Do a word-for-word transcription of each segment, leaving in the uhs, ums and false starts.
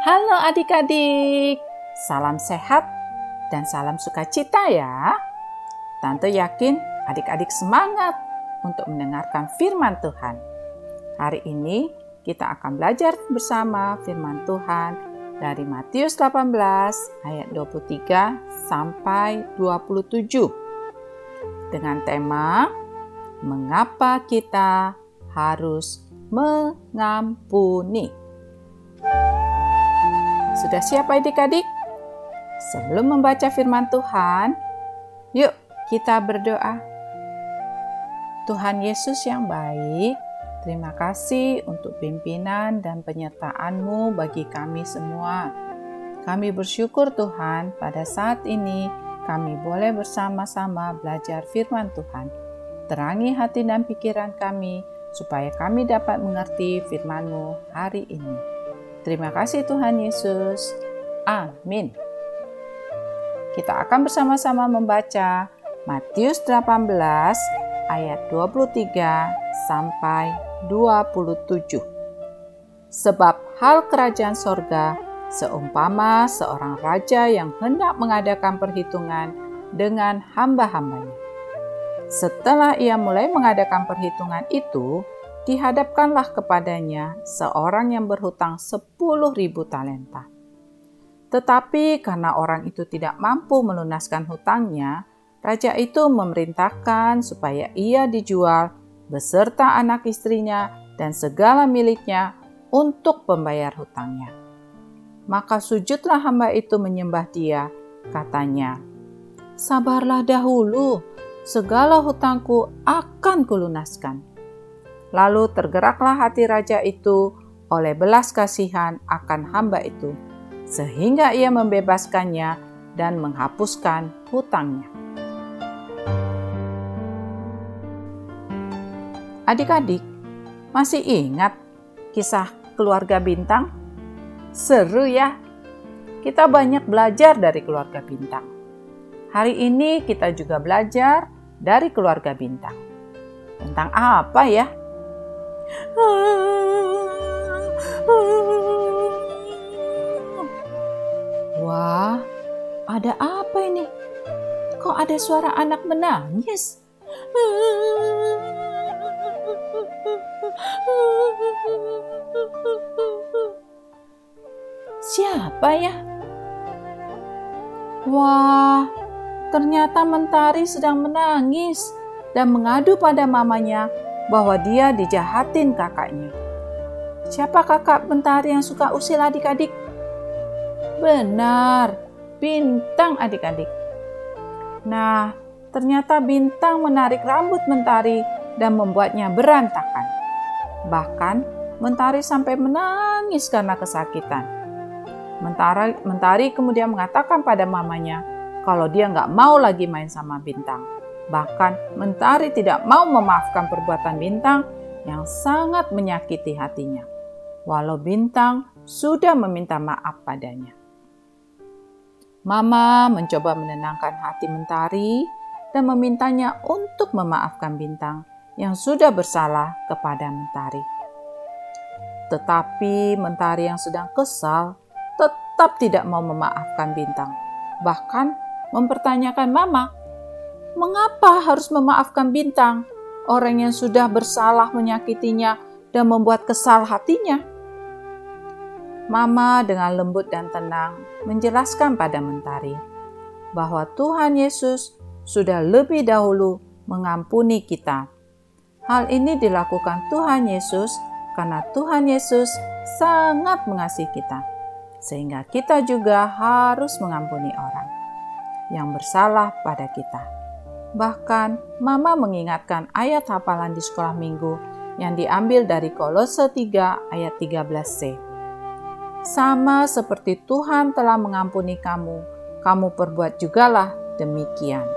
Halo adik-adik, salam sehat dan salam sukacita ya. Tante yakin adik-adik semangat untuk mendengarkan firman Tuhan. Hari ini kita akan belajar bersama firman Tuhan dari Matius delapan belas ayat dua puluh tiga sampai dua puluh tujuh dengan tema Mengapa kita harus mengampuni. Sudah siap adik-adik? Sebelum membaca firman Tuhan, yuk kita berdoa. Tuhan Yesus yang baik, terima kasih untuk pimpinan dan penyertaan-Mu bagi kami semua. Kami bersyukur Tuhan, pada saat ini kami boleh bersama-sama belajar firman Tuhan. Terangi hati dan pikiran kami, supaya kami dapat mengerti firman-Mu hari ini. Terima kasih Tuhan Yesus. Amin. Kita akan bersama-sama membaca Matius delapan belas ayat dua puluh tiga sampai dua puluh tujuh. Sebab hal kerajaan sorga seumpama seorang raja yang hendak mengadakan perhitungan dengan hamba-hambanya. Setelah ia mulai mengadakan perhitungan itu, dihadapkanlah kepadanya seorang yang berhutang sepuluh ribu talenta. Tetapi karena orang itu tidak mampu melunaskan hutangnya, raja itu memerintahkan supaya ia dijual beserta anak istrinya dan segala miliknya untuk pembayar hutangnya. Maka sujudlah hamba itu menyembah dia, katanya, "Sabarlah dahulu, segala hutangku akan kulunaskan." Lalu tergeraklah hati raja itu oleh belas kasihan akan hamba itu, sehingga ia membebaskannya dan menghapuskan hutangnya. Adik-adik, masih ingat kisah keluarga Bintang? Seru ya? Kita banyak belajar dari keluarga Bintang. Hari ini kita juga belajar dari keluarga Bintang. Tentang apa ya? Wah, ada apa ini? Kok ada suara anak menangis? Siapa ya? Wah, ternyata Mentari sedang menangis dan mengadu pada mamanya bahwa dia dijahatin kakaknya. Siapa kakak Mentari yang suka usil adik-adik? Benar, Bintang adik-adik. Nah, ternyata Bintang menarik rambut Mentari dan membuatnya berantakan. Bahkan, Mentari sampai menangis karena kesakitan. Mentari, Mentari kemudian mengatakan pada mamanya kalau dia nggak mau lagi main sama Bintang. Bahkan Mentari tidak mau memaafkan perbuatan Bintang yang sangat menyakiti hatinya, walau Bintang sudah meminta maaf padanya. Mama mencoba menenangkan hati Mentari dan memintanya untuk memaafkan Bintang yang sudah bersalah kepada Mentari. Tetapi Mentari yang sedang kesal tetap tidak mau memaafkan Bintang, bahkan mempertanyakan Mama, mengapa harus memaafkan Bintang, orang yang sudah bersalah menyakitinya dan membuat kesal hatinya? Mama dengan lembut dan tenang menjelaskan pada Mentari bahwa Tuhan Yesus sudah lebih dahulu mengampuni kita. Hal ini dilakukan Tuhan Yesus karena Tuhan Yesus sangat mengasihi kita, sehingga kita juga harus mengampuni orang yang bersalah pada kita. Bahkan, Mama mengingatkan ayat hafalan di sekolah minggu yang diambil dari Kolose tiga ayat tiga belas c. Sama seperti Tuhan telah mengampuni kamu, kamu perbuat jugalah demikian.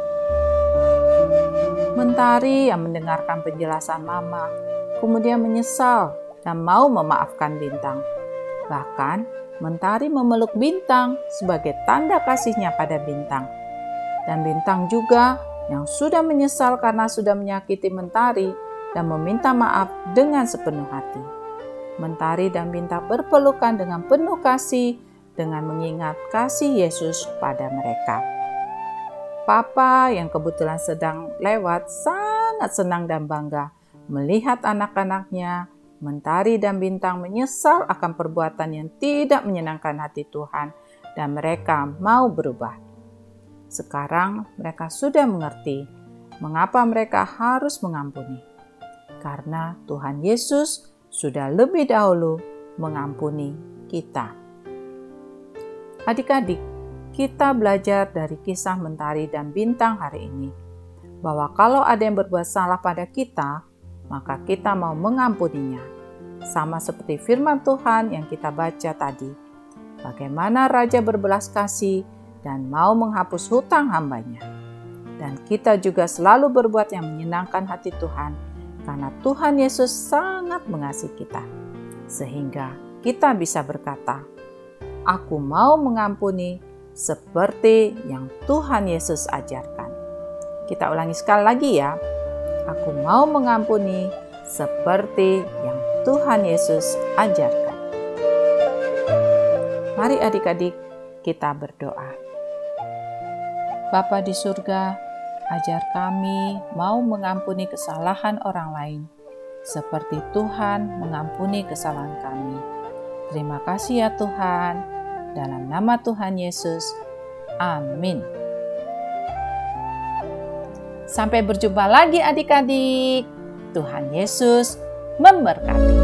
Mentari yang mendengarkan penjelasan Mama, kemudian menyesal dan mau memaafkan Bintang. Bahkan, Mentari memeluk Bintang sebagai tanda kasihnya pada Bintang. Dan Bintang juga yang sudah menyesal karena sudah menyakiti Mentari dan meminta maaf dengan sepenuh hati. Mentari dan Bintang berpelukan dengan penuh kasih dengan mengingat kasih Yesus pada mereka. Papa yang kebetulan sedang lewat sangat senang dan bangga melihat anak-anaknya, Mentari dan Bintang, menyesal akan perbuatan yang tidak menyenangkan hati Tuhan dan mereka mau berubah. Sekarang mereka sudah mengerti mengapa mereka harus mengampuni. Karena Tuhan Yesus sudah lebih dahulu mengampuni kita. Adik-adik, kita belajar dari kisah Mentari dan Bintang hari ini, bahwa kalau ada yang berbuat salah pada kita, maka kita mau mengampuninya. Sama seperti firman Tuhan yang kita baca tadi, bagaimana Raja berbelas kasih dan mau menghapus hutang hambanya. Dan kita juga selalu berbuat yang menyenangkan hati Tuhan, karena Tuhan Yesus sangat mengasihi kita. Sehingga kita bisa berkata, aku mau mengampuni seperti yang Tuhan Yesus ajarkan. Kita ulangi sekali lagi ya. Aku mau mengampuni seperti yang Tuhan Yesus ajarkan. Mari adik-adik kita berdoa. Bapa di surga, ajar kami mau mengampuni kesalahan orang lain, seperti Tuhan mengampuni kesalahan kami. Terima kasih ya Tuhan, dalam nama Tuhan Yesus, amin. Sampai berjumpa lagi adik-adik. Tuhan Yesus memberkati.